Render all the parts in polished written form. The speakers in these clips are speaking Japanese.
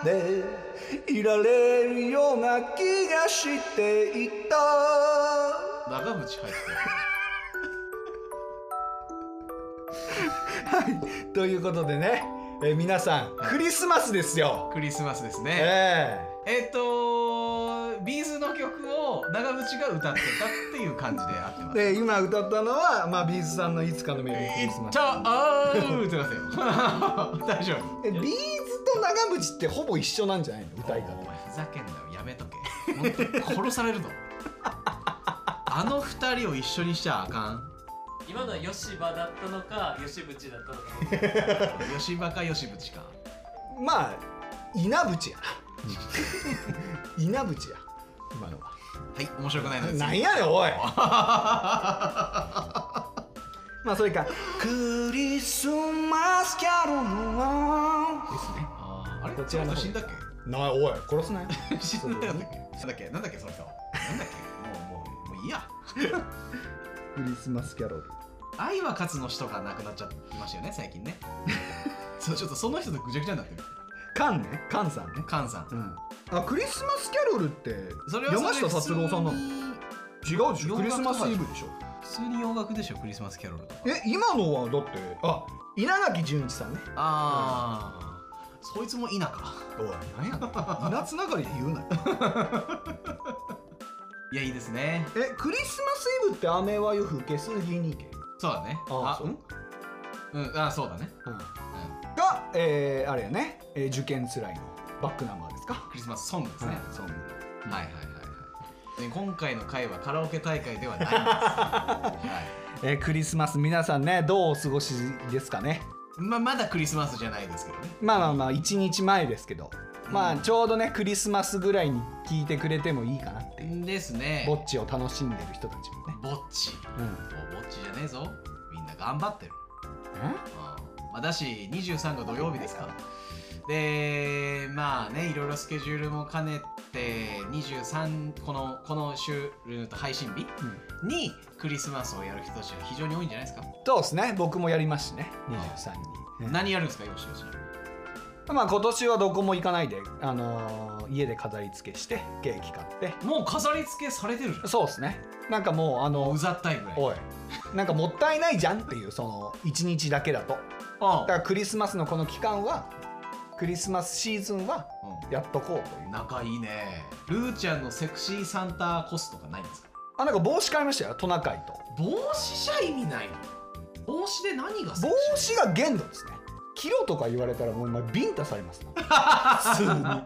でいられるような気がしていた。 長渕入ってはい、ということでね、皆さん、クリスマスですよ。 クリスマスですね。ビーズの曲を長渕が歌ってたっていう感じで合ってます。 で今歌ったのは、まあ、ビーズさんのいつかのメリークリスマス。 ってますよ。大丈夫。 ビーズと長渕ってほぼ一緒なんじゃないの、歌い方。 お前ふざけんなよ、やめとけ。本当殺されるぞ。あの二人を一緒にしちゃあかん。 今のは吉羽だったのか吉渕だったのか。 吉羽か吉渕か。 まあ稲渕やな。稲渕や今のは。 はい、面白くないのです。 なんやねんおい。まあそれかクリスマスキャロルはですね。 あれこちらの死んだっけ？ なおい殺すなよ。 死んだよ。なんだっけその人。なんだっけ？もういいや。 クリスマスキャロル。 愛は勝つの人が亡くなっちゃいましたよね最近ね。そうちょっとその人とぐちゃぐちゃになってる。 カンね、カンさんね。 カンさん。 うん。あ、クリスマスキャロルってそれは山下達郎さんなの？違うでしょ。クリスマスイブでしょ。 普通に洋楽でしょクリスマスキャロルとか。 今のはだって稲垣潤一さんね。 ああ、そいつも稲か。 おい、なんやねん。稲つながりで言うなよ。 いやいいですね。 クリスマスイブって雨は夜更けすぎにけ。 そうだね。そうだね。 が、あれやね、受験つらいのバックナンバーですか。 クリスマスソングですね。 ソング。 はいはいはいはい。今回の回はカラオケ大会ではないんです。 クリスマス皆さんねどうお過ごしですかね。 まだクリスマスじゃないですけどね。 まあ1日前ですけど、まあちょうどねクリスマスぐらいに聞いてくれてもいいかなっていう。 ですね。 ぼっちを楽しんでる人たちもね。 ぼっち。ぼっちじゃねえぞ。みんな頑張ってる。まあだし23が土曜日ですか。でまあねいろいろスケジュールも兼ねて23この週と配信日にクリスマスをやる人たちが非常に多いんじゃないですか。 そうですね。僕もやりますしね。23に。 何やるんですかよし。 まあ今年はどこも行かないで、家で飾り付けしてケーキ買って。 もう飾り付けされてるじゃん。 そうですね。なんかもううざったいぐらい。 おい、なんかもったいないじゃんっていう、その1日だけだと。だからクリスマスのこの期間は、クリスマスシーズンはやっとこうという。 仲いいね。ルーちゃんのセクシーサンタコスとかないんですか。 なんか帽子買いましたよ、トナカイと。 帽子じゃ意味ないの。帽子で何がセクシー。 帽子が限度ですね。キロとか言われたらもうビンタされますな。普通に。め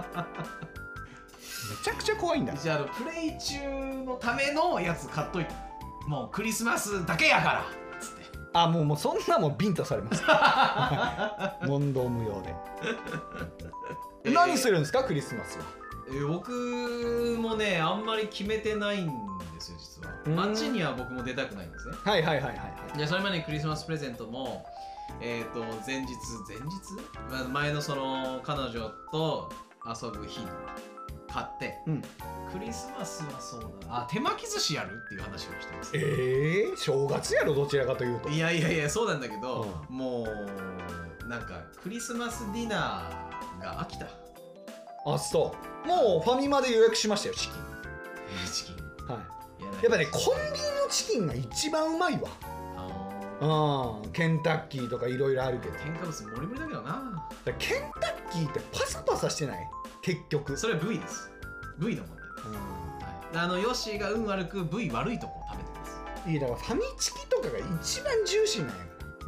ちゃくちゃ怖いんだ。 じゃあプレイ中のためのやつ買っといて。もうクリスマスだけやからつって。 もうそんなもんビンタされます。問答無用で。何するんですかクリスマスは。 僕もねあんまり決めてないんですよ実は。街には僕も出たくないんですね。 はい。 でそれまでにクリスマスプレゼントも前日、前のその彼女と遊ぶ日に買って、クリスマスはそうだな、手巻き寿司やるっていう話をしてます。 正月やろどちらかというと。 いやそうなんだけど、もうなんかクリスマスディナーが飽きた。 そう。もうファミマで予約しましたよ、チキン。はい。やっぱねコンビニのチキンが一番うまいわ。ケンタッキーとかいろいろあるけど添加物もりもりだけどな。 ケンタッキーってパサパサしてない結局。 それは部位です。部位の問題です。ヨッシーが運悪く部位悪いとこを食べてます。 いやだからファミチキとかが一番ジューシーなんやから。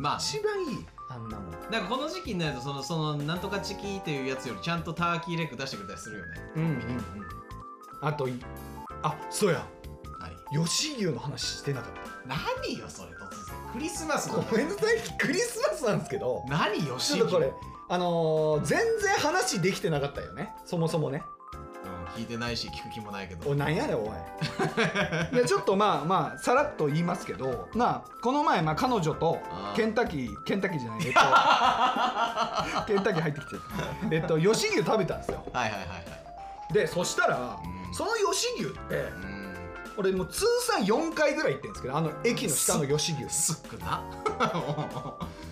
まあ一番いいあんなもん。 なんかこの時期になるとそのなんとかチキっていうやつよりちゃんとターキーレッグ出してくれたりするよね。あとそうや。吉牛の話してなかった。 何よそれ突然。クリスマスのごめんなさい、クリスマスなんですけど。 何よちょっとこれ全然話できてなかったよね、そもそもね。 聞いてないし聞く気もないけど。 なんやねんおい。いやちょっとまあさらっと言いますけど、この前彼女とケンタッキーじゃないケンタッキー入ってきて吉牛食べたんですよ。でそしたらその吉牛って俺もう通算4回ぐらい行ってるんですけど、駅の下の吉牛すっくな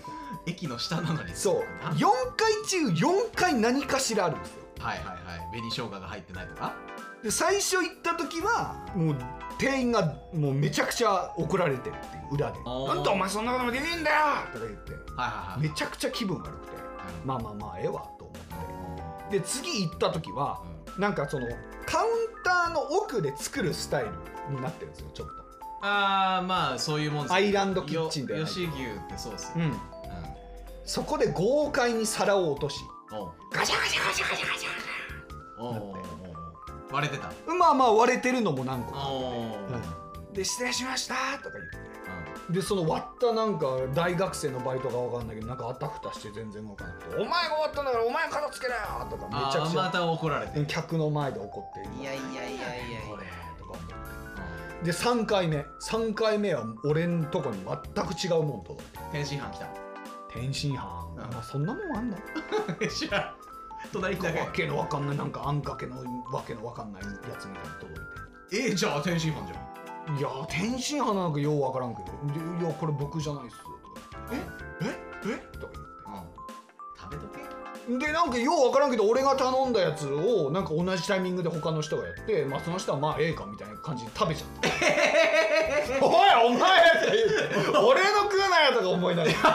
駅の下なのにそう4回中4回何かしらあるんですよ。 はいはいはい。紅生姜が入ってないとか。 で最初行った時はもう店員がもうめちゃくちゃ怒られてるっていう裏で「なんでお前そんなこともできんだよ!」とか言って、 はいはいはい。 めちゃくちゃ気分悪くて、まあまあまあええわと思って、で次行った時はなんかそのカウンターの奥で作るスタイルになってるんですよちょっと。 ああまあそういうもんです。 アイランドキッチンではない吉牛ってそうっすよ。 うんそこで豪快に皿を落としおうガシャガシャガシャガシャガシャおうおうおう割れてた。 まあまあ割れてるのも何個か、 おで失礼しましたとか言ってでその割ったなんか大学生のバイトが分かんないけどなんかあたふたして全然動かなくて「お前が終わったんだからお前片付けろよ!」とかめちゃくちゃまた怒られて。 客の前で怒っていやいやいやいやいやこれとか思ってで3回目は俺んとこに全く違うもん届いて天津飯来た。 天津飯、まあ、そんなもんあんの知らん。隣だけ。 わけのわかんないなんかあんかけのわけのわかんないやつみたいに届いてじゃあ天津飯じゃん。 いや天津飯なんかようわからんけど「いやこれ僕じゃないっす」とか「えとか言って食べとけ。 でなんかようわからんけど俺が頼んだやつをなんか同じタイミングで他の人がやってまあその人はまあええかみたいな感じで食べちゃって「おいお前!」って言って「俺の食うなよ!」とか思いながら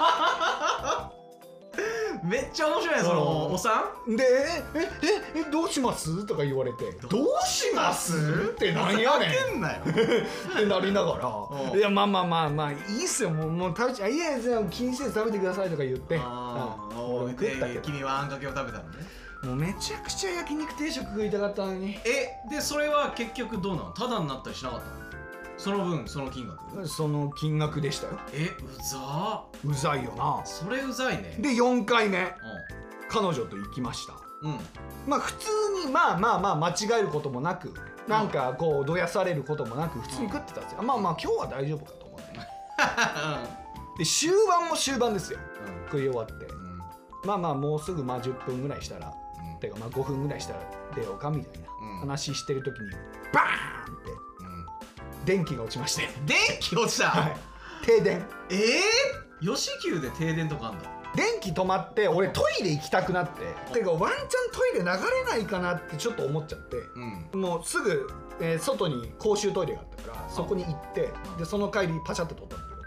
めっちゃ面白いねそのおさんでどうしますとか言われてどうしますってなんやねんふざけんなよってなりながらいやまあまあまあまあいいっすよもう食べちゃいや気にせず食べてくださいとか言って俺食ったけど君はあんかけを食べたのね。 もうめちゃくちゃ焼肉定食食いたかったのにでそれは結局どうなの？タダになったりしなかったの？その分その金額？ その金額でしたよ。 うざうざいよな。 それうざいね。 で4回目彼女と行きました。まあ普通にまあ間違えることもなくなんかこうどやされることもなく普通に食ってたんですよ。まあ今日は大丈夫かと思ってで終盤も終盤ですよ、食い終わって、まあもうすぐ10分ぐらいしたら、てか5分ぐらいしたら出ようかみたいな話してる時にバーンって電気が落ちまして。 電気落ちた？ はい、停電。 吉急で停電とかあんだ。 電気止まって俺トイレ行きたくなっててかワンチャントイレ流れないかなってちょっと思っちゃって、もうすぐ、外に公衆トイレがあったからそこに行ってでその帰りパシャって撮ったんだけどこ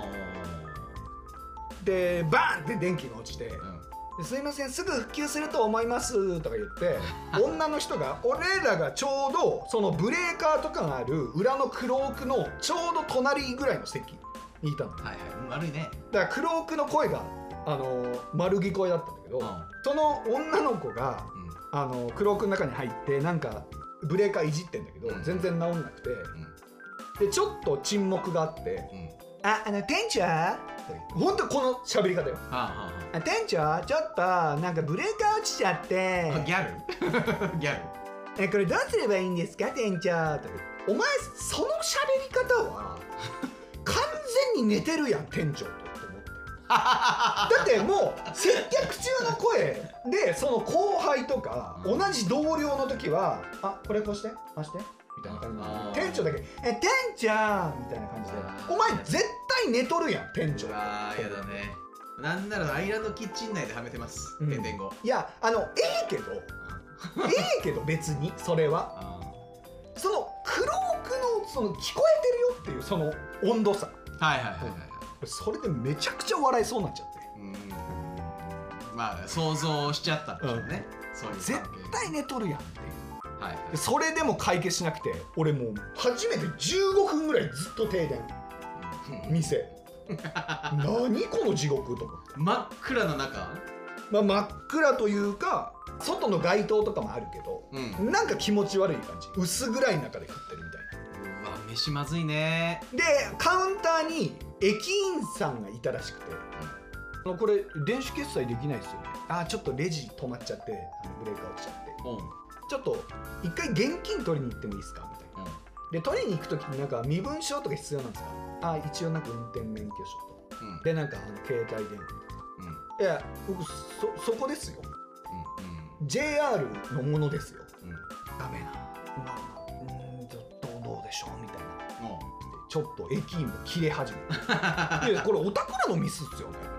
れでバーンって電気が落ちて、すいませんすぐ復旧すると思いますとか言って女の人が俺らがちょうどそのブレーカーとかがある裏のクロークのちょうど隣ぐらいの席にいたの。 はいはい、悪いね。 だからクロークの声が丸聞こえだったんだけど、その女の子が、クロークの中に入ってなんかブレーカーいじってんだけど、全然直んなくて、でちょっと沈黙があって、店長ほんとこの喋り方よ。店長ちょっとなんかブレーカー落ちちゃってギャルギャルこれどうすればいいんですか店長とか。お前その喋り方は完全に寝てるやん店長と思ってだってもう接客中の声でその後輩とか同じ同僚の時はこれこうしてあしてみたいな感じで店長だけ店長みたいな感じでお前絶対寝とるやん店長。 やだね。なんならアイランドキッチン内ではめてます、閉店後。 いやええけど別にそれはそのクロークのその聞こえてるよっていうその温度差。それでめちゃくちゃ笑いそうになっちゃって。 まあ想像しちゃったんでしょうね、そういう絶対寝とるやんっていう。それでも解決しなくて俺もう初めて15分ぐらいずっと停電店何この地獄と思って。 真っ暗の中、 真っ暗というか外の街灯とかもあるけど、なんか気持ち悪い感じ。薄暗い中で食ってるみたいな。 うわ飯まずいね。 でカウンターに駅員さんがいたらしくて、これ電子決済できないですよね。ちょっとレジ止まっちゃってブレーカー落ちちゃって、ちょっと一回現金取りに行ってもいいですかみたいな、で取りに行く時になんか身分証とか必要なんですか。一応なんか運転免許証と、でなんか携帯電話とか、いや僕そこですよ、JR のものですよ、ダメなちょっとどうでしょうみたいな、ちょっと駅員も切れ始めていやこれお宅らのミスっすよねみたいな。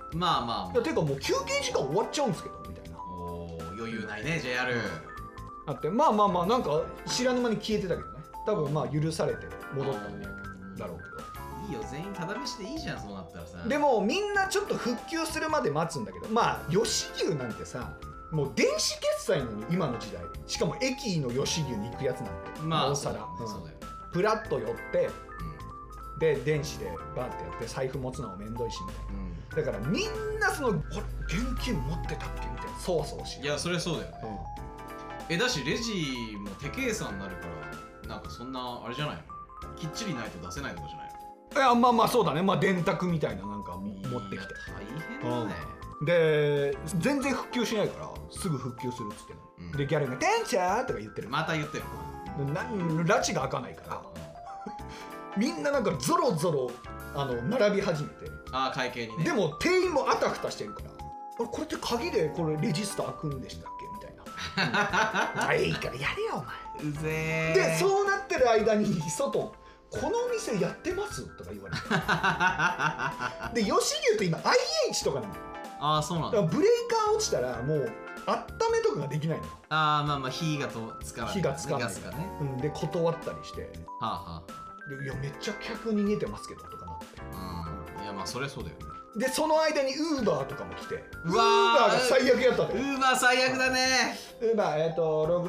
まあまあ、 いやてかもう休憩時間終わっちゃうんですけどみたいな。 おー余裕ないね JR。 あってまあなんか知らぬ間に消えてたけどね。多分まあ許されて戻ったんだろうけど。 いいよ全員ただ飯でいいじゃんそうなったらさ。 でもみんなちょっと復旧するまで待つんだけど、まあ吉牛なんてさもう電子決済なのに今の時代、しかも駅の吉牛に行くやつなんてまあなおさら、 そうだよね。 プラッと寄ってで電子でバーってやって財布持つのもめんどいしみたいな。だからみんなその現金持ってたっけみたいなそわそわしいやそれそうだよね。だしレジも手計算になるからなんかそんなあれじゃないの、きっちりないと出せないとかじゃないの。 いやまあそうだね、まあ電卓みたいななんか持ってきていや大変だね。 で全然復旧しないからすぐ復旧するっつっての、でギャルが「店長!」とか言ってる、 また言ってる。 拉致が開かないからみんななんかゾロゾロ並び始めて、 ああ会計にね。 でも店員もあたふたしてるから「これって鍵でこれレジスタ開くんでしたっけ?」みたいな「いいからやれよお前」 うぜー。 でそうなってる間に外「このお店やってます?」とか言われてで吉牛って今 IH とかなの。 ああそうなんだ。 だからブレーカー落ちたらもう温めとかができないのよ。 ああまあ火がつかない、 火がつかないガスがね。 で断ったりしてはあはでいやめっちゃ客逃げてますけどとかなってあ。いやまあそれそうだよね。 でその間にウーバーとかも来てウーうわーバーが最悪やったんだよ。 ウーバー最悪だね。 ウーバー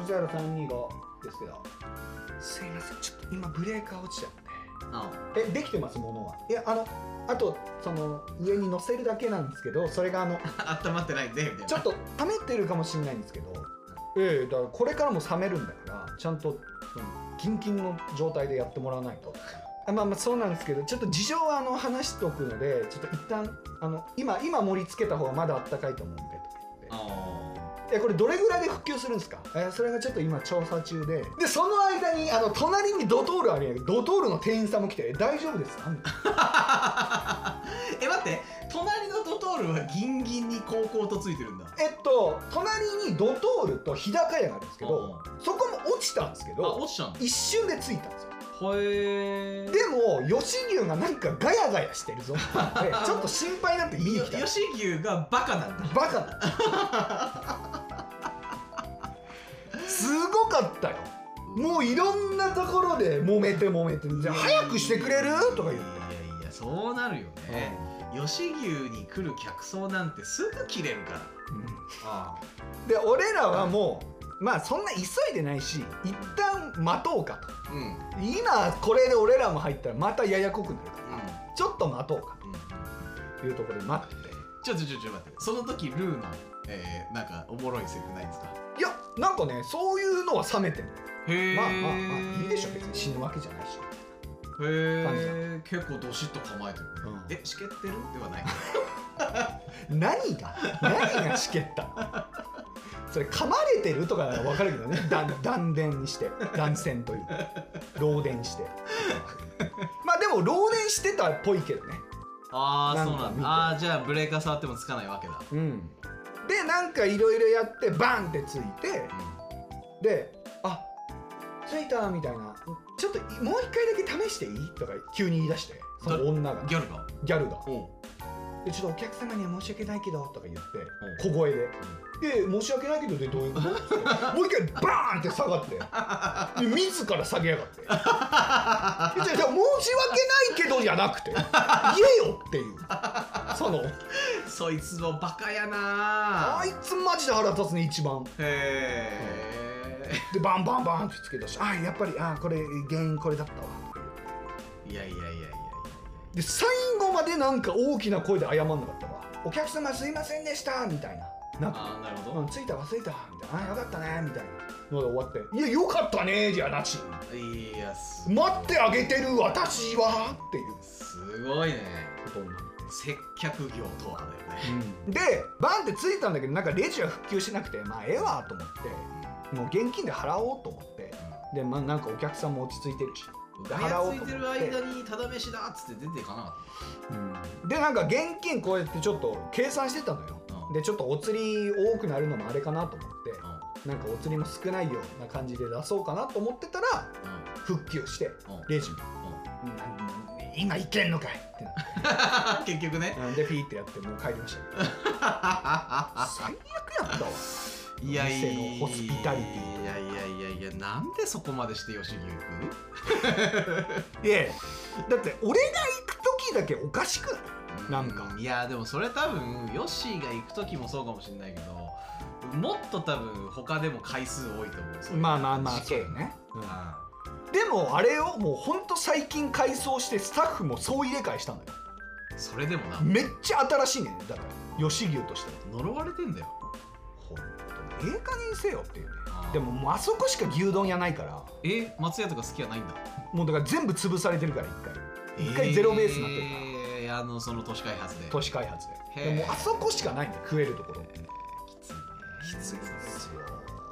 60325ですけどすいませんちょっと今ブレーカー落ちちゃってできてますものは。いやあとその上に乗せるだけなんですけどそれが温まってないんでみたいな。 ちょっと溜めてるかもしれないんですけどだからこれからも冷めるんだからちゃんとそのキンキンの状態でやってもらわないと。まあそうなんですけどちょっと事情は話しておくのでちょっと一旦今盛り付けた方がまだあったかいと思うんでとか言ってこれどれぐらいで復旧するんですかそれがちょっと今調査中でその間に隣にドトールあるんやけどドトールの店員さんも来て大丈夫ですかみたいな待って隣のドトールはギンギンに高校とついてるんだ。 隣にドトールと日高屋があるんですけどそこも落ちたんですけど落ちたんだ。 一瞬でついたんですよ。 へえ。 でも吉牛がなんかガヤガヤしてるぞってちょっと心配になって見に来た。 吉牛がバカなんだ。 バカだすごかったよ。もういろんなところで揉めてじゃあ早くしてくれるとか言って。 いやそうなるよね。吉牛に来る客層なんてすぐ切れるから。 で俺らはもうまあそんな急いでないし一旦待とうかと。今これで俺らも入ったらまたややこくなるからちょっと待とうかというところで待って。 ちょっと待ってその時ルーのなんかおもろいセリフないんですか。 いやなんかねそういうのは冷めてる。 へえ。 まあいいでしょ別に死ぬわけじゃないし。 へえ。結構どしっと構えてる。しけってるではない何がしけったのそれ噛まれてるとかなら分かるけどね断電にして断線というか漏電してまあでも漏電してたっぽいけどね。 ああそうなんだ。じゃあブレーカー触ってもつかないわけだ。 でなんかいろいろやってバンってついて、でついたみたいなちょっともう一回だけ試していいとか急に言い出してその女がギャルがでちょっとお客様には申し訳ないけどとか言って小声で申し訳ないけどでどういうこともう一回バーンって下がって自ら下げやがってじゃあ申し訳ないけどじゃなくて言えよっていうそいつもバカやなあいつマジで腹立つね一番。 へえ。 でバンバンバンってつけ出してやっぱりこれ原因これだったわとか言って。いやで最後までなんか大きな声で謝んなかったわ。お客様すいませんでしたみたいな。なんかなるほど。 ついたみたいな。よかったねみたいなので終わって。いやよかったねじゃなし。 いや待ってあげてる私はっていう。 すごいね。 ことになって接客業とはだよね。 でバンってついたんだけどなんかレジは復旧しなくてええわと思ってもう現金で払おうと思ってでなんかお客さんも落ち着いてるし。 払おうと思ってついてる間にただ飯だっつって出ていかなかった。でなんか現金こうやってちょっと計算してたのよ。でちょっとお釣り多くなるのもあれかなと思ってなんかお釣りも少ないような感じで出そうかなと思ってたら復旧してレジも今いけんのかいってなって結局ね。 でピーってやってもう帰りましたけど最悪やったわ。 いやいや店のホスピタリティ。 いやなんでそこまでして吉牛行く？ いやだって俺が行く時だけおかしくない？なんかいやでもそれ多分ヨッシーが行く時もそうかもしれないけど、もっと多分他でも回数多いと思う。 まあそうよね、でもあれをもうほんと最近改装してスタッフも総入れ替えしたのよ。 それでもなめっちゃ新しいね。だから吉牛としては呪われてんだよ。 ほんとに加減せよっていうね。でももうあそこしか牛丼屋ないから、 松屋とか好きはないんだ。 もうだから全部潰されてるから一回ゼロベースになってるから、 その都市開発で。 都市開発で。でもあそこしかないんだよ食えるところ。 きついですよ。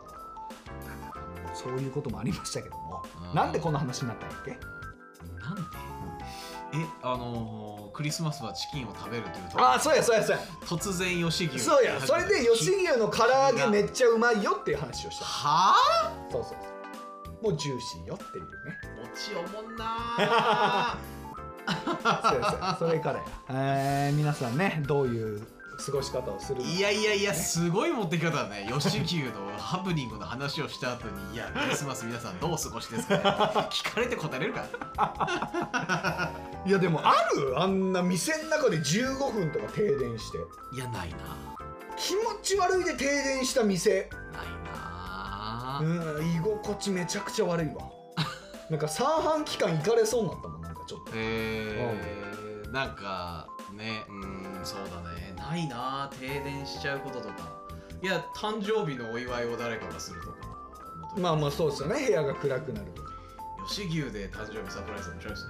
そういうこともありましたけども、なんでこの話になったんだっけ？ なんで？クリスマスはチキンを食べるというと。 そうや突然吉牛。 そうや、それで吉牛の唐揚げめっちゃうまいよっていう話をした。 はあ？ そうもうジューシーよっていうね。 オチおもんなそれからや。皆さんね、どういう過ごし方をするのか。 いやすごい持ってき方だね。吉牛のハプニングの話をした後に、いやクリスマス皆さんどうお過ごしですか、ね、聞かれて答えれるか。 いやでもある？あんな店の中で15分とか停電して。 いやないな。 気持ち悪いで停電した店ないな。 居心地めちゃくちゃ悪いわ。なんか三半期間行かれそうになったもん。なんかちょっとなんかね、そうだね、ないな。停電しちゃうこととか。いや誕生日のお祝いを誰かがするとか。 まあそうですよね。部屋が暗くなるとか。 吉牛で誕生日サプライズ面白いですね。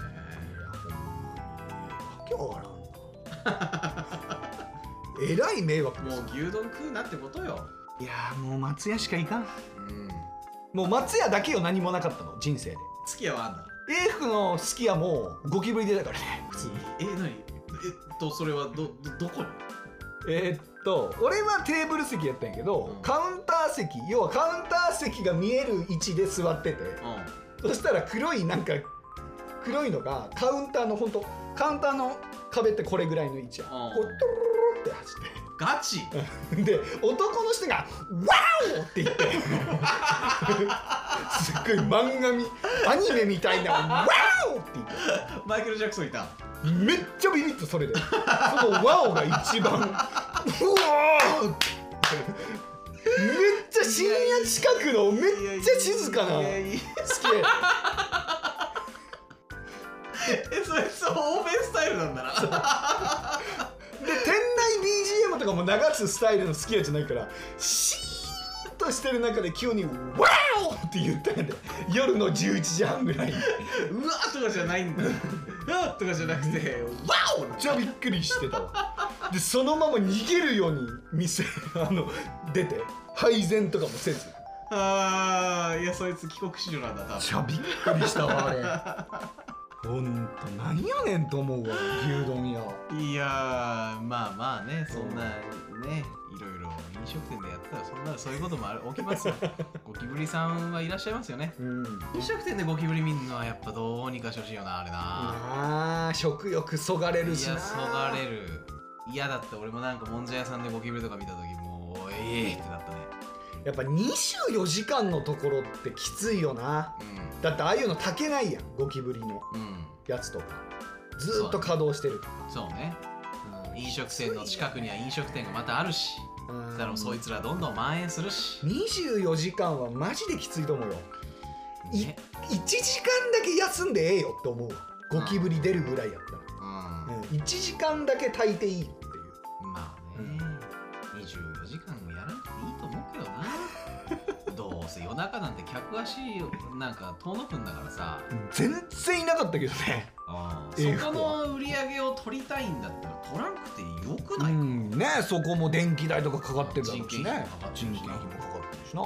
わけわからんな。えらい迷惑。 もう牛丼食うなってことよ。 いやもう松屋しか行かん。もう松屋だけよ。何もなかったの人生で。 すき家はあんだ。 英福のすき家もゴキブリ出たからね普通に。 何？それはどこに？ 俺はテーブル席やったんやけど、カウンター席、要はカウンター席が見える位置で座ってて、そしたら黒いのがカウンターのカウンターの壁ってこれぐらいの位置や。こうトロロロって走って。 ガチで男の人が「ワオ!」って言ってすっごい漫画アニメみたいな「ワオ!」って言って。 マイケル・ジャクソンいた。 めっちゃビビッと。それでそのワオが一番うわーってめっちゃ深夜近くのめっちゃ静かな好きや。 それ欧米スタイルなんだな。 で店内 BGM とかも流すスタイルの好きやじゃないから、シーンとしてる中で急に「ワオ!」って言ったんで、夜の11時半ぐらいにうわーとかじゃないんだ。うわーとかじゃなくてワオ！ めっちゃびっくりしてたわ。でそのまま逃げるように店出て配膳とかもせず。 いやそいつ帰国子女なんだ。 めっちゃびっくりしたわあれ。ほんと何やねんと思うわ牛丼屋。 いやまあね、そんなねいろいろ飲食店でやってたらそういうことも起きますよ。ゴキブリさんはいらっしゃいますよね。飲食店でゴキブリ見るのはやっぱどうにかしてほしいよなあれな。 食欲そがれるしな。 いやそがれる。嫌だって。俺もなんかもんじゃ屋さんでゴキブリとか見た時もうってなったね。 やっぱ24時間のところってきついよな。だってああいうの炊けないやん、ゴキブリのやつとか。ずーっと稼働してる。 そうね。飲食店の近くには飲食店がまたあるし、だからそいつらどんどん蔓延するし。 24時間はマジできついと思うよ。1時間だけ休んでええよって思うわ。ゴキブリ出るぐらいやったら。1時間だけ炊いていいっていう。 まあね、24時間もやらなくていいと思うけどな。どうせ夜中なんて客足なんか遠のくんだからさ。 全然いなかったけどね。 そこの売り上げを取りたいんだったら取らなくてよくないか。 ね、そこも電気代とかかかってるだろうしね。 人件費もかかってるしな。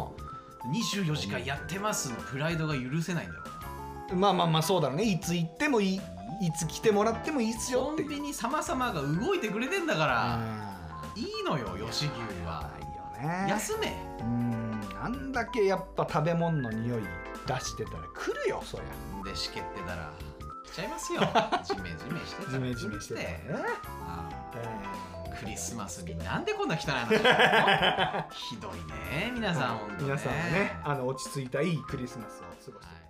24時間やってますのプライドが許せないんだろうな。まあそうだろうね。いつ行ってもいい、いつ来てもらってもいいっすよって。 コンビニ様々が動いてくれてんだからいいのよ。吉牛は休め。 あんだけやっぱ食べ物の匂い出してたら来るよそりゃ。 でしけってたら来ちゃいますよ。ジメジメしてた。 ジメジメしてたね。 クリスマスになんでこんな汚い話ひどいね皆さん、本当ね。 皆さんはね落ち着いたいいクリスマスを過ごしてください。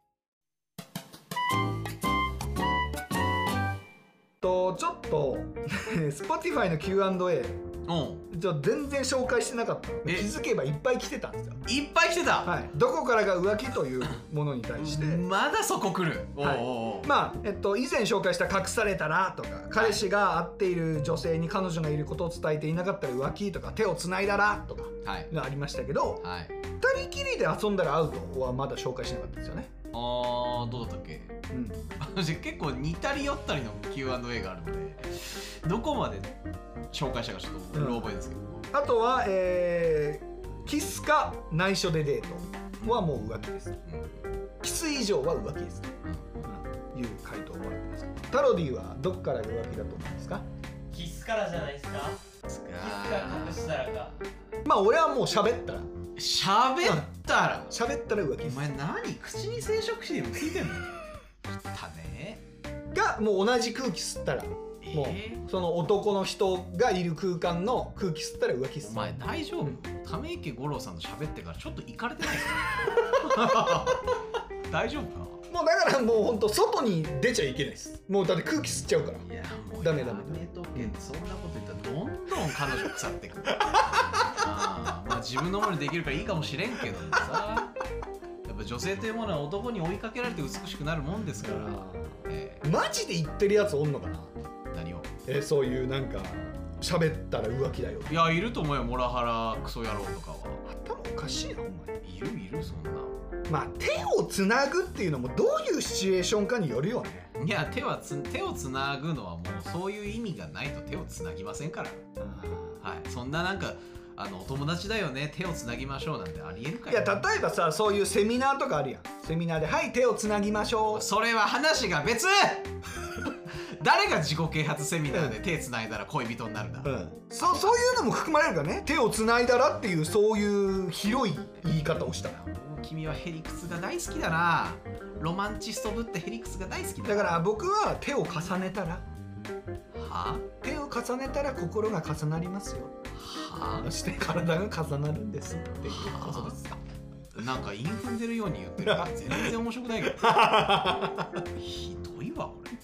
ちょっとSpotify の Q&A 全然紹介してなかったの。気づけばいっぱい来てたんですよ。 いっぱい来てた。 はい、どこからが浮気というものに対してまだそこ来る。 まあ以前紹介した隠されたらとか、彼氏が会っている女性に彼女がいることを伝えていなかったら浮気とか、手をつないだらとかがありましたけど、二人きりで遊んだらアウトはまだ紹介しなかったですよね。 どうだったっけ。結構似たり寄ったりの Q&A があるので、どこまで紹介したかちょっとうろ覚えですけど、 あとはキスか内緒でデートはもう浮気です、キス以上は浮気ですという回答をもらってます。タロディはどっからが浮気だと思いますか？ キスからじゃないですか。キスから隠したらか。 まあ俺はもう喋ったら浮気です。お前何口に生殖器でもついてんの？たねがもう同じ空気吸ったら、もうその男の人がいる空間の空気吸ったら浮気っす。 お前大丈夫？溜池五郎さんと喋ってからちょっとイカれてないですか？大丈夫かな？ もうだからもうほんと外に出ちゃいけないです。もうだって空気吸っちゃうから。 いやもうダメやめとけって、そんなこと言ったらどんどん彼女腐ってくる。まあ自分のものにできるからいいかもしれんけどさ、やっぱ女性というものは男に追いかけられて美しくなるもんですから。 マジで言ってるやつおんのかな？ 何を？ そういうなんか喋ったら浮気だよ。 いやいると思うよ、モラハラクソ野郎とかは。 頭おかしいなお前。 いるそんな。 まあ手をつなぐっていうのもどういうシチュエーションかによるよね。 いや手をつなぐのはもうそういう意味がないと手をつなぎませんから。はい、そんななんかお友達だよね手をつなぎましょうなんてありえるかよ。 いや例えばさ、そういうセミナーとかあるやん。セミナーではい手をつなぎましょう。 それは話が別。誰が自己啓発セミナーで手つないだら恋人になるんだ。 そういうのも含まれるからね。手をつないだらっていうそういう広い言い方をしたら。 君はヘリクツが大好きだな。ロマンチストぶってヘリクツが大好きだ。 だから僕は手を重ねたら、手を重ねたら心が重なりますよ。そして体が重なるんですっていうことです。 なんか韻踏んでるように言ってる。全然面白くないけど。ひどいわこれ。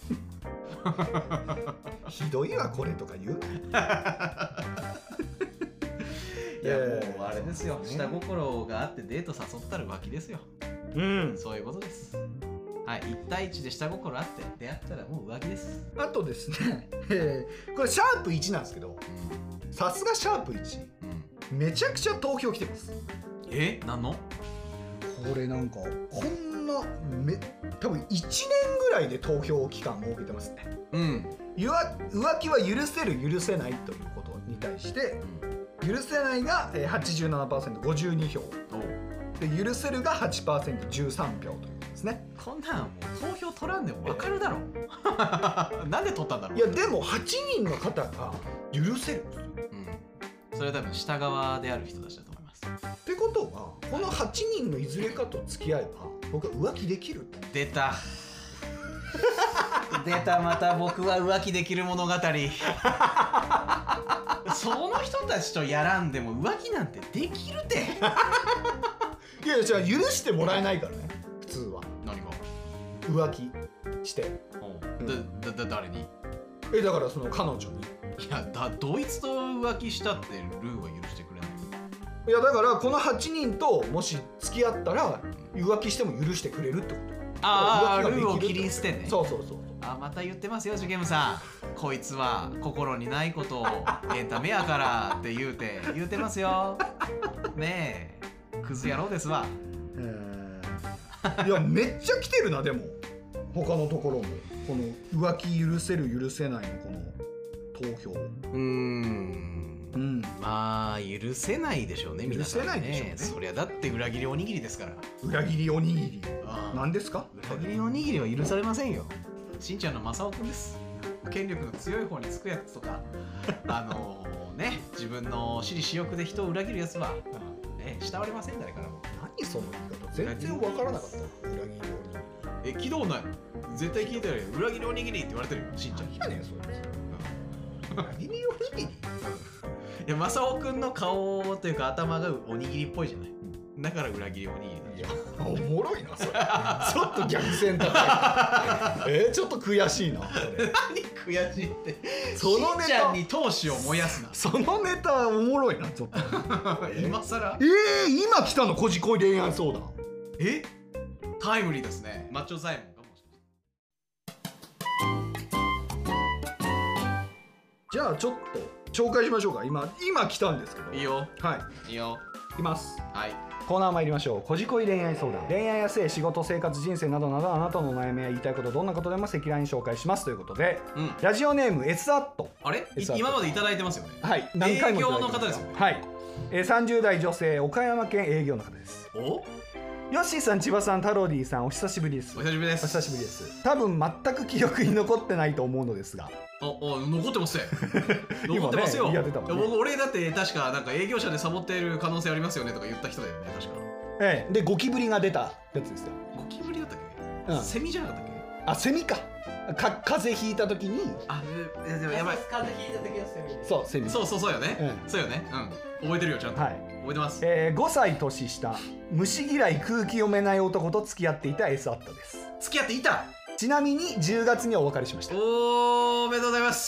ひどいわこれとか言う。 いやもうあれですよ、下心があってデート誘ったら浮気ですよ。そういうことです。はい、1対1で下心あって出会ったらもう浮気です。あとですね、これシャープ1なんですけど、さすがシャープ1、めちゃくちゃ投票来てます。 何の？ これなんかこんな多分1年ぐらいで投票期間設けてますね。浮気は許せる許せないということに対して、許せないが 87%52 票で、許せるが 8%13 票ということですね。 こんなんもう投票取らんでも分かるだろ。なんで取ったんだろう。 いやでも8人の方が許せる。 それは多分下側である人たちだと思います。 ってことはこの8人のいずれかと付き合えば僕は浮気できる。 出たまた僕は浮気できる物語。その人たちとやらんでも浮気なんてできるて。 いやじゃあ許してもらえないからね普通は。 何が？ 浮気して誰に？ だからその彼女に。 いやドイツと浮気したってルーは許してくれない。 いやだからこの8人ともし付き合ったら浮気しても許してくれるってこと。 ルーを切り捨てね。 そう。 また言ってますよジュゲムさん。こいつは心にないことをエンタメやからって言うてますよ。ねえクズ野郎ですわ。 いやめっちゃ来てるな。でも他のところもこの浮気許せる許せないのこの投票。 まあ許せないでしょうね皆さんね。許せないでしょうね。そりゃだって裏切りおにぎりですから。裏切りおにぎり何ですか？裏切りおにぎりは許されませんよ。しんちゃんの正雄くんです。権力の強い方につくやつとか自分の私利私欲で人を裏切るやつは慕われません誰からも。何その言い方全然分からなかった。裏切りおにぎり聞いたことない。 絶対聞いてるよ。裏切りおにぎりって言われてるよ、しんちゃん。 何やねんそれ。裏切りおにぎり。 いや、マサオくんの顔というか頭がおにぎりっぽいじゃない。だから裏切りおにぎりなんじゃん。 おもろいなそれ。ちょっと逆線高い。ちょっと悔しいなそれ。 何悔しいって。 そのネタしんちゃんに闘志を燃やすな。 そのネタおもろいなちょっと。 今さら。 今来たのこじこい恋愛相談。 タイムリーですね。マッチョサイモンかもしれない。 じゃあちょっと紹介しましょうか。今来たんですけど。 いいよ。 はいいよ。 いきます。 はい。 コーナー参りましょう。こじこい恋愛相談。恋愛や性、仕事、生活、人生などなどあなたの悩みや言いたいこと、どんなことでも赤裸々に紹介しますということで、ラジオネーム S アット。 あれ今までいただいてますよね。 はい、何回もいただいてます。 営業の方ですよね。 はい、30代女性、岡山県営業の方です。 おヨッシーさん、千葉さん、タロディさん、お久しぶりです。 お久しぶりです。 お久しぶりです。多分全く記憶に残ってないと思うのですが。 残ってますよ。残ってますよ。 今ね、やってたもんね。 俺だって確かなんか営業者でサボっている可能性ありますよねとか言った人だよね、確か。 でゴキブリが出たやつですよ。 ゴキブリだったっけ？セミじゃなかったっけ？ あ、セミか。風邪ひいた時に。 でもやばい。 風邪ひいた時はセミ。 そう、セミ。 そうよね。そうよね。覚えてるよ、ちゃんと。はい。覚えてます。 5歳年下、虫嫌い、空気読めない男と付き合っていた S アットです。 付き合っていた。 ちなみに10月にお別れしました。 おめでとうございます。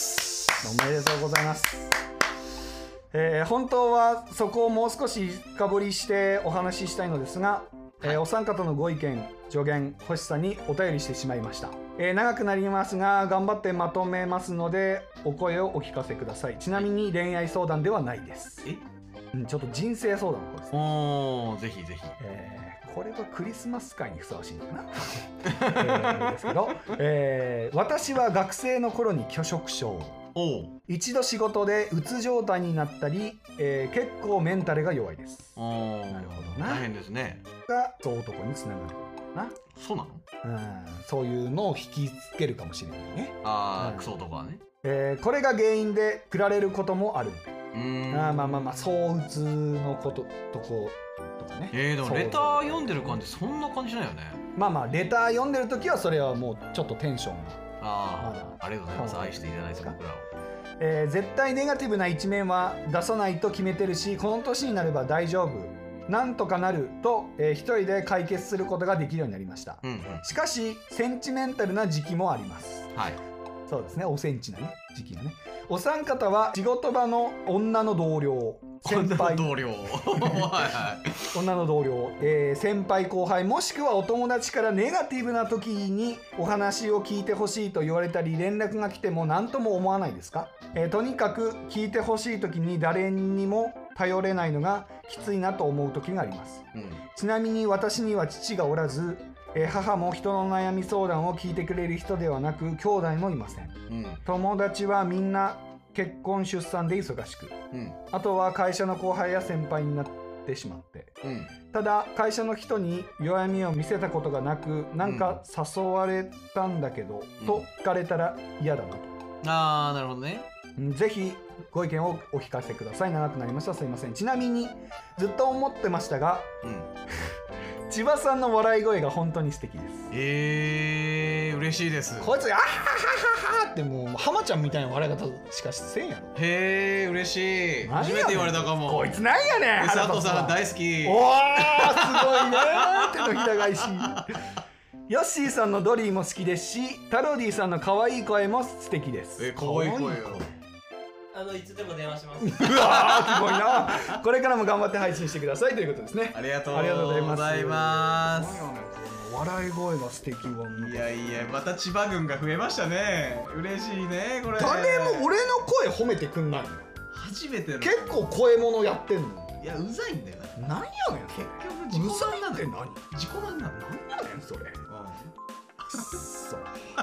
おめでとうございます。本当はそこをもう少し深掘りしてお話ししたいのですが、お三方のご意見助言欲しさにお便りしてしまいました。長くなりますが頑張ってまとめますのでお声をお聞かせください。ちなみに恋愛相談ではないです。ちょっと人生相談の方ですね。 ぜひぜひ。 これはクリスマス会にふさわしいのかな。ですけど、私は学生の頃に拒食症。一度仕事でうつ状態になったり、結構メンタルが弱いです。なるほどな。 大変ですね。 がそう男につながるな。 そうなの？ そういうのを引きつけるかもしれないね。 クソ男はね。 これが原因で振られることもある。そううつのこととかね。 でもレター読んでる感じそんな感じないよね。 レター読んでる時はそれはもうちょっとテンションが。 ありがとうございます。愛していただいて僕らを。 絶対ネガティブな一面は出さないと決めてるし、この年になれば大丈夫、なんとかなると、一人で解決することができるようになりました。しかしセンチメンタルな時期もあります。そうですね、おセンチなね時期がね。お三方は仕事場の女の同僚、先輩同僚女の同僚、先輩後輩もしくはお友達からネガティブな時にお話を聞いてほしいと言われたり連絡が来ても何とも思わないですか？とにかく聞いてほしい時に誰にも頼れないのがきついなと思う時があります。ちなみに私には父がおらず、母も人の悩み相談を聞いてくれる人ではなく兄弟もいません。友達はみんな結婚出産で忙しく、あとは会社の後輩や先輩になってしまって、ただ会社の人に弱みを見せたことがなく、なんか誘われたんだけど、と聞かれたら嫌だなと。 なるほどね。 ぜひご意見をお聞かせください。長くなりました、すいません。ちなみにずっと思ってましたが、千葉さんの笑い声が本当に素敵です。 嬉しいです。 こいつあははははってもう浜ちゃんみたいな笑い方しかせんやろ。 嬉しい。初めて言われたかも。 こいつなんやねん。 佐藤さん大好き。 おーすごいね。手のひら返し。ヨッシーさんのドリーも好きですし、タロディさんの可愛い声も素敵です。 可愛い声よ。 いつでも電話します。 うわーすごいな。これからも頑張って配信してくださいということですね。 ありがとうございます。 笑い声が素敵は。 いやまた千葉軍が増えましたね。嬉しいねこれ。 誰も俺の声褒めてくんないの。 初めての。 結構声物やってんの。 いやうざいんだよな。 何やねん。 結局自己満なんだよ。 自己満なんだ。何やねんそれ。そう。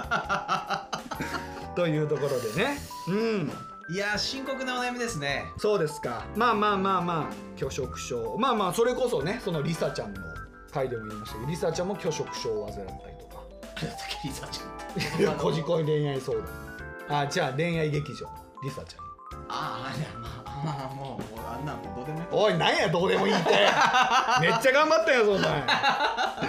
というところでね。 いや深刻なお悩みですね。 そうですか。拒食症。それこそね、そのリサちゃんの回でも言いましたけど、リサちゃんも拒食症を患ったりとか。 リサちゃん。 いやこじこい恋愛相談。じゃあ恋愛劇場リサちゃん。 もうあんなのどうでもいい。 おいなんやどうでもいいって。めっちゃ頑張ったよそんなん。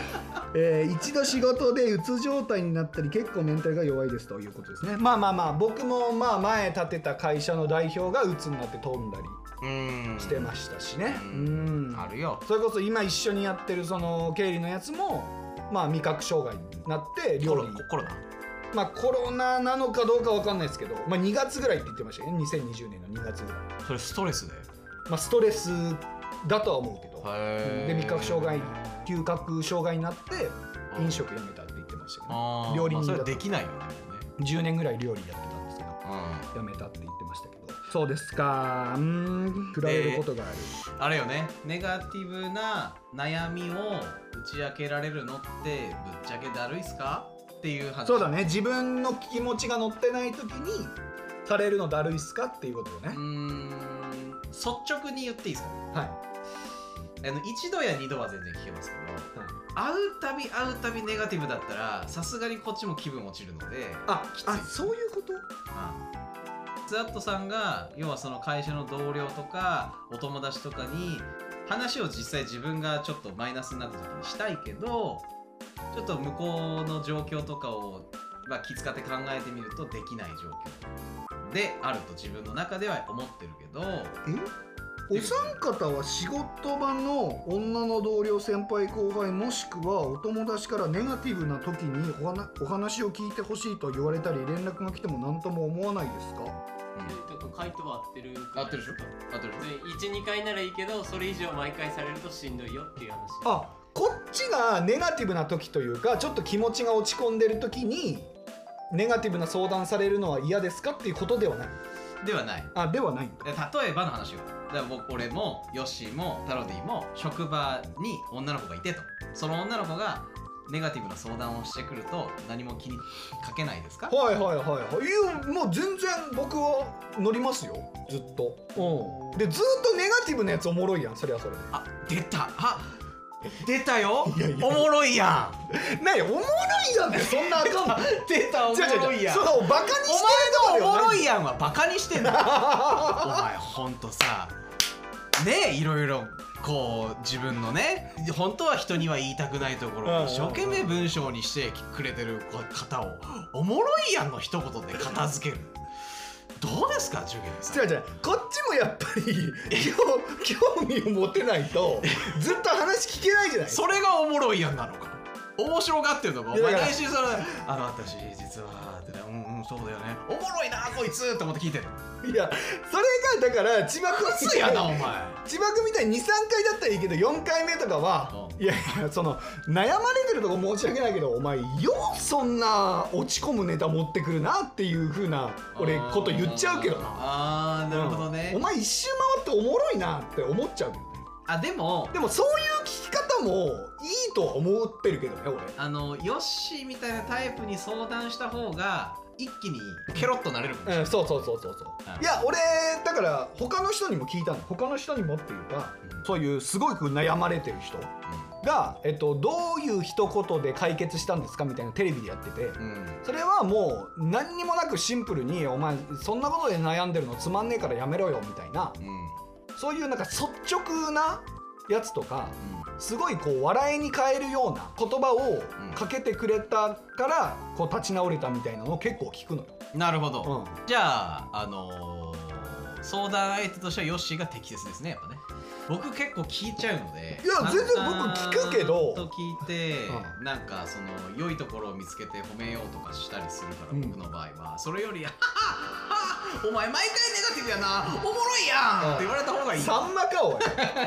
一度仕事でうつ状態になったり結構メンタルが弱いですということですね。まあ僕も前建てた会社の代表がうつになって飛んだりしてましたしね。 あるよ。 それこそ今一緒にやってるその経理のやつも味覚障害になって料理コロナコロナなのかどうかわかんないですけど、2月ぐらいって言ってましたよね。2020年の2月ぐらい。 それストレスでストレスだとは思うけど、で味覚障害嗅覚障害になって飲食辞めたって言ってましたけど、料理人だとそれできないよね。 10年ぐらい料理やってたんですけど、辞めたって言ってましたけど。そうですか。振られることがある。 あれよね、ネガティブな悩みを打ち明けられるのってぶっちゃけだるいっすかっていう話。 そうだね、自分の気持ちが乗ってない時にされるのだるいっすかっていうことよね。 率直に言っていいですか。 はい。 一度や二度は全然聞けますけど、会うたびネガティブだったらさすがにこっちも気分落ちるので、きつい。 そういうこと。 スワットさんが要はその会社の同僚とかお友達とかに話を実際自分がちょっとマイナスになった時にしたいけど、ちょっと向こうの状況とかを気遣って考えてみるとできない状況であると自分の中では思ってるけど。 お三方は仕事場の女の同僚、先輩後輩もしくはお友達からネガティブな時にお話を聞いてほしいと言われたり連絡が来ても何とも思わないですか。 回答は合ってる。 合ってるでしょ。合ってる。 1、2回ならいいけどそれ以上毎回されるとしんどいよっていう話。 こっちがネガティブな時というか、ちょっと気持ちが落ち込んでる時にネガティブな相談されるのは嫌ですかっていうことではない。 ではない。 ではないんだ。 例えばの話よ。だから俺もヨッシーもタロディも職場に女の子がいてと、その女の子がネガティブな相談をしてくると何も気にかけないですか。 はい。いやもう全然僕は乗りますよ、ずっと。でずっとネガティブなやつおもろいやん、それはそれで。 出たよ。おもろいやん。何おもろいやんってそんなあかん。 出たおもろいやん。 そうバカにしてるお前のおもろいやんはバカにしてんの。お前ほんとさね、いろいろこう自分のね、本当は人には言いたくないところを一生懸命文章にしてくれてる方をおもろいやんの一言で片付ける。どうですか、ジュゲルさん。 違うこっちもやっぱり興味を持てないとずっと話聞けないじゃない。 それがおもろいやんなのか、面白がってるのか。お前来週それ私実はそうだよね、おもろいなこいつって思って聞いてる。 いやそれがだから千葉君みたいな、お前千葉君みたいに 2,3 回だったらいいけど4回目とかは、いやその悩まれてるとこ申し訳ないけど、お前ようそんな落ち込むネタ持ってくるなっていう風な俺こと言っちゃうけどな。 なるほどね。 お前一周回っておもろいなって思っちゃうけどね。 でもそういう聞き方もいいとは思ってるけどね、 俺。ヨッシーみたいなタイプに相談した方が一気にケロッとなれるかもしれない。 そう。いや俺だから他の人にも聞いたの。他の人にもっていうか、そういうすごく悩まれてる人が、どういう一言で解決したんですかみたいなテレビでやってて、それはもう何にもなくシンプルに、お前そんなことで悩んでるのつまんねえからやめろよみたいな、そういうなんか率直なやつとか、すごいこう笑いに変えるような言葉をかけてくれたからこう立ち直れたみたいなのを結構聞くのよ。 なるほど。じゃあ相談相手としてはヨッシーが適切ですね、やっぱね。僕結構聞いちゃうので。 いや全然僕聞くけど。 と聞いて、なんかその良いところを見つけて褒めようとかしたりするから、僕の場合はそれよりお前毎回ネガティブやな、おもろいやんって言われた方がいい。 さんまかおい。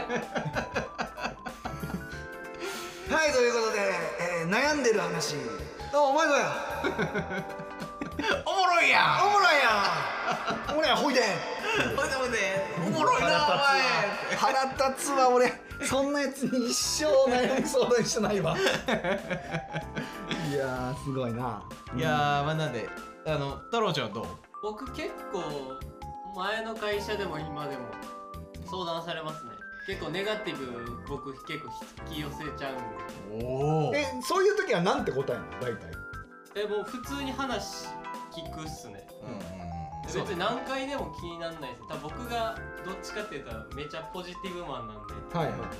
はい、ということで、悩んでる話。お前だよ。 おもろいやん。 おもろいやん。ほいで。 ほいでおもろいなお前。 腹立つわ俺。そんなやつに一生悩み相談してないわ。いやすごいな。 いやなんで太郎ちゃんはどう？ 僕結構前の会社でも今でも相談されますね。結構ネガティブ僕結構引き寄せちゃうんで。 そういう時はなんて答えるの大体？ もう普通に話聞くっすね。別に何回でも気にならないです。多分僕がどっちかっていうとめちゃポジティブマンなんで、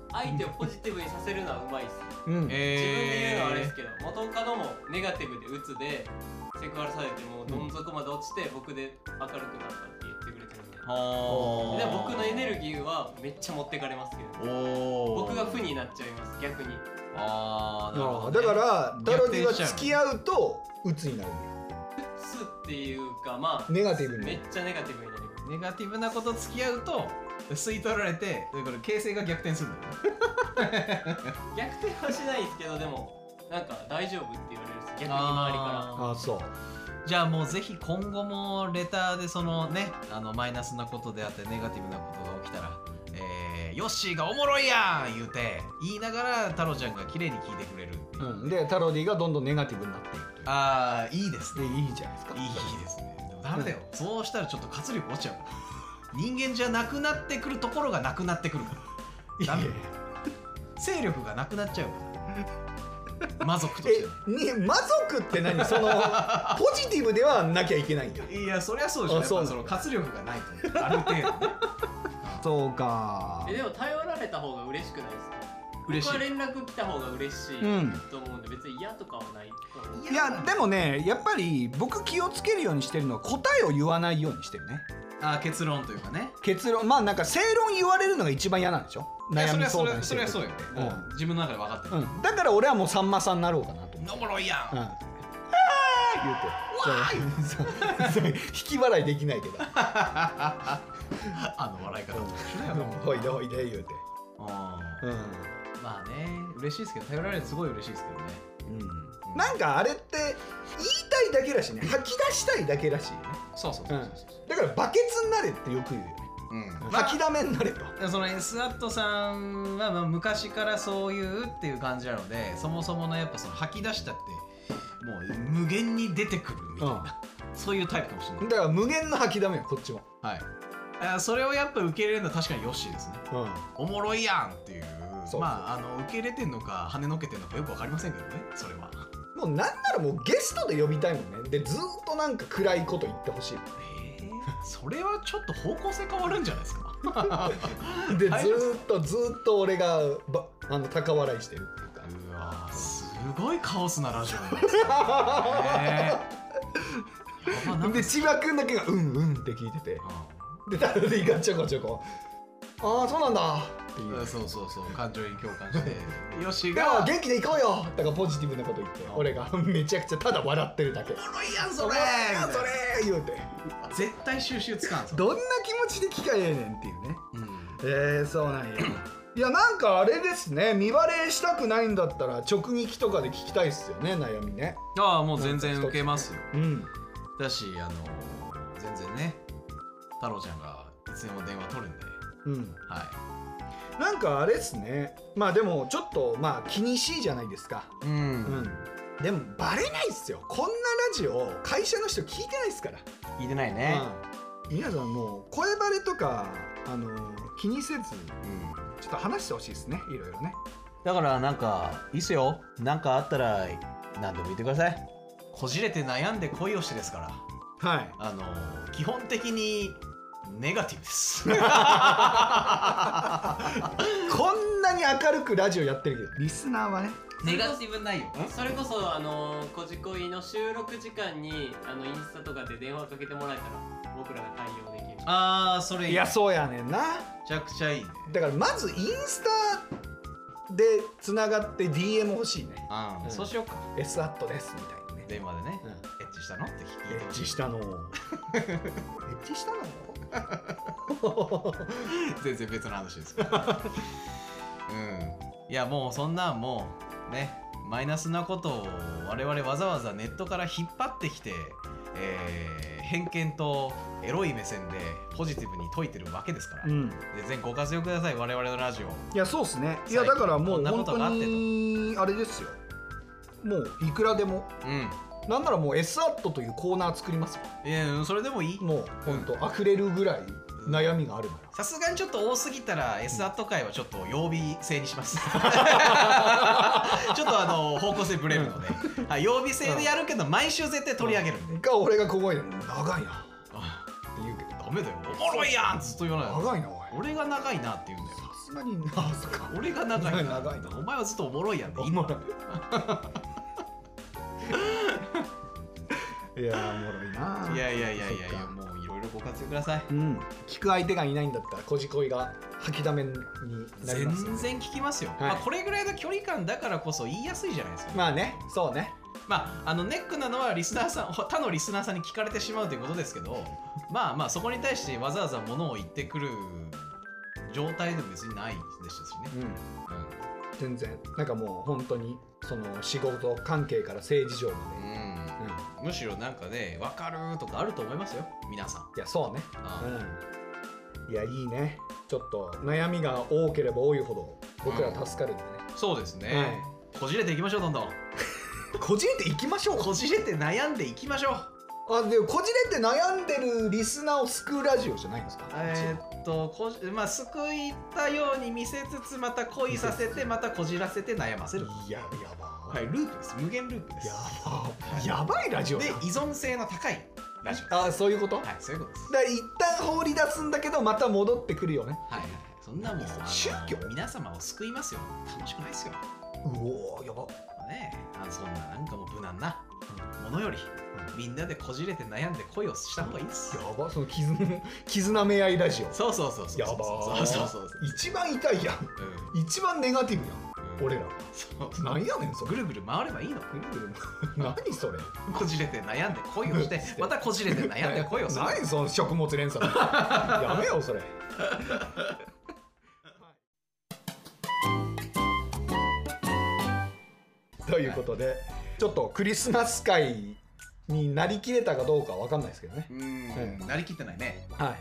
相手をポジティブにさせるのはうまいっす、 うん、 自分で言うのはあれですけど、元カノもネガティブで鬱でセクハラされてもうどん底まで落ちて、僕で明るくなったって言ってくれてるんで、で僕のエネルギーはめっちゃ持ってかれますけど、僕が負になっちゃいます、逆に。 ああ、なるほど、ね、 だからタロディは付き合うと鬱になるんだよ。 鬱っていうか、まあネガティブにめっちゃネガティブになります。 ネガティブなこと付き合うと吸い取られて、これ形勢が逆転するんだよね。 逆転はしないですけど、でもなんか大丈夫って言われるんです、逆に周りから。 あ、そう。 じゃあもうぜひ今後もレターでそのね、マイナスなことであってネガティブなことが起きたら、ヨッシーがおもろいやん言うて言いながら太郎ちゃんが綺麗に聞いてくれるっていう、 うん、でタロディがどんどんネガティブになっていくという。 ああ、いいですね。 いいじゃないですか。 いいですね。でもダメだよ、そうしたらちょっと活力落ちちゃう。人間じゃなくなってくるところがなくなってくるからダメ。勢力がなくなっちゃうから魔族として魔族って何？そのポジティブではなきゃいけないんだ。 いや、そりゃそうでしょ。やっぱその活力がないとある程度ね。 そうか。 でも頼られた方が嬉しくないですか？ 嬉しい。 僕は連絡来た方が嬉しいと思うんで、別に嫌とかはないと思う。 いやでもね、やっぱり僕気をつけるようにしてるのは答えを言わないようにしてるね。 あ、結論というかね。 結論、まあなんか正論言われるのが一番嫌なんでしょ。悩み相談してる。 それはそうよ。自分の中で分かってる。 だから俺はもうさんまさんになろうかなと思って。 おもろいやん。 言うて。引き笑いできないけど。 笑い方も一緒だよ。 ほいでほいで言うて。 まあね、嬉しいですけど、頼られるとすごい嬉しいですけどね。 なんかあれって言いたいだけだしね、吐き出したいだけらしいよね。 そう。 だからバケツになれってよく言うよね。吐きだめになれと。 その S アットさんはまあ昔からそういうっていう感じなので、そもそものやっぱその吐き出したってもう無限に出てくるみたいな、そういうタイプかもしれない。 だから無限の吐きだめよ、こっちも。 はい。それをやっぱ受け入れるのは確かにヨッシーですね。おもろいやんっていう。まあ受け入れてんのか跳ねのけてんのかよくわかりませんけどね、それは。もうなんならもうゲストで呼びたいもんね。でずっとなんか暗いこと言ってほしいもんね。それはちょっと方向性変わるんじゃないですか。でずっと俺が高笑いしてるっていうか。うわ、すごいカオスなラジオなんですね。で千葉君だけがうんうんって聞いてて、でタロディがちょこちょこああそうなんだっていう。そう感情に共感してよしが元気でいこうよだからポジティブなこと言って、俺がめちゃくちゃただ笑ってるだけ。おもろいやんそれ言うて、絶対収集つかん。どんな気持ちで聞かええねんっていうね。そうなんや。いやなんかあれですね、見バレしたくないんだったら直撃とかで聞きたいっすよね、悩みね。ああもう全然受けますよ。だし全然ね、太郎ちゃんがいつでも電話取るんで。はい。なんかあれですね。まあでもちょっとまあ気にしいじゃないですか。でもバレないっすよ。こんなラジオ会社の人聞いてないっすから。聞いてないね。皆さんもう声バレとか気にせず、ちょっと話してほしいですね。いろいろね。だからなんかいいっすよ。なんかあったら何でも言ってください。こじれて悩んで恋をしてですから。はい。基本的にネガティブです。こんなに明るくラジオやってるけど、リスナーはねネガティブないよ。 それこそこじこいの収録時間にインスタとかで電話かけてもらえたら僕らが対応できる。ああそれいい。いやそうやねんな。めちゃくちゃいいね。だからまずインスタでつながって DM 欲しいね。そうしようか。 S アットですみたいなね、電話でね。エッチしたのって聞いて。エッチしたのエッチしたの全然別の話ですけど、いやもうそんなんもうね、マイナスなことを我々わざわざネットから引っ張ってきて、偏見とエロい目線でポジティブに解いてるわけですから、全然ご活用ください、我々のラジオ。いやそうっすね。いやだからもう本当にあれですよ、もういくらでも、なんならもう S アットというコーナー作りますよ。それでもいい。もう本当溢れるぐらい悩みがあるなら。さすがにちょっと多すぎたら S アット会はちょっと曜日制にします。ちょっと方向性ブレるので、曜日制でやるけど毎週絶対取り上げる。俺がここで長いなって言うけど、 ダメだよ。おもろいやんずっと言わないの。 長いなおい。 俺が長いなって言うんだよ。 さすがにあそっか。 俺が長いな。 長いな。 お前はずっとおもろいやんでいいの。 おもろい。いやおもろいな。 いやもういろいろご活用ください。 聞く相手がいないんだったらこじこいが吐きだめになります。 全然聞きますよ。まあこれぐらいの距離感だからこそ言いやすいじゃないですか。 まあね、そうね。 まあネックなのはリスナーさん、他のリスナーさんに聞かれてしまうということですけど、まあそこに対してわざわざ物を言ってくる状態でも別にないでしたしね。 全然なんかもう本当にその仕事関係から政治上まで、 むしろなんかね分かるとかあると思いますよ皆さん。 いやそうね。いやいいね。ちょっと悩みが多ければ多いほど僕ら助かるんでね。 そうですね。こじれていきましょう。どんどんこじれていきましょう。 こじれて悩んでいきましょう。 でこじれて悩んでるリスナーを救うラジオじゃないんですか。 まあ救ったように見せつつまた恋させてまたこじらせて悩ませる。 いややば。 はい、ループです。無限ループです。 やばいラジオで依存性の高いラジオ。 あ、そういうこと。 はい、そういうことです。 だから一旦放り出すんだけどまた戻ってくるよね。 はい、そんなもん宗教皆様を救いますよ。楽しくないですよ。 うおやばね。そんななんかもう無難なものよりみんなでこじれて悩んで恋をした方がいいです。 やば、その絆め合いラジオ。 そうやばそう一番痛いやん。一番ネガティブやん。俺ら何やねんそれ。 ぐるぐる回ればいいの。 何それ。 こじれて悩んで恋をしてまたこじれて悩んで恋をする。 何その食物連鎖。やめようそれ。ということでちょっとクリスマス会になりきれたかどうかわかんないですけどね。 なりきってないね。 はい。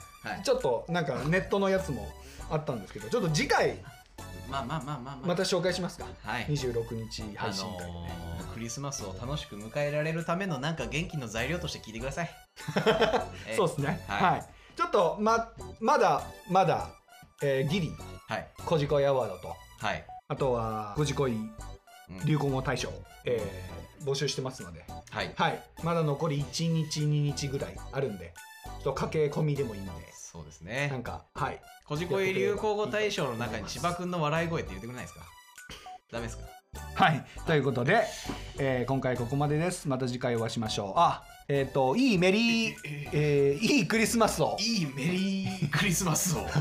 ちょっとなんかネットのやつもあったんですけど、ちょっと次回また紹介しますか。26日配信会。 クリスマスを楽しく迎えられるためのなんか元気の材料として聞いてください。 そうですね。はい。ちょっとまだギリこじこいアワードと、あとはこじこい流行語大賞募集してますので、まだ残り1日2日ぐらいあるんで、ちょっと駆け込みでもいいんで。 そうですね。 なんかこじこい流行語大賞の中に千葉くんの笑い声って言ってくれないですか。ダメですか。 はい、ということで、今回ここまでです。また次回お会いしましょう。いいメリー、いいクリスマスを。 いいメリークリスマスを。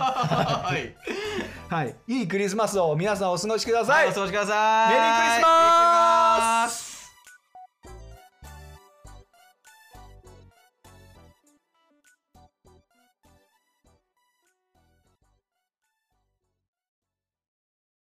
はい。 いいクリスマスを皆さんお過ごしください。 お過ごしください。 メリークリスマス。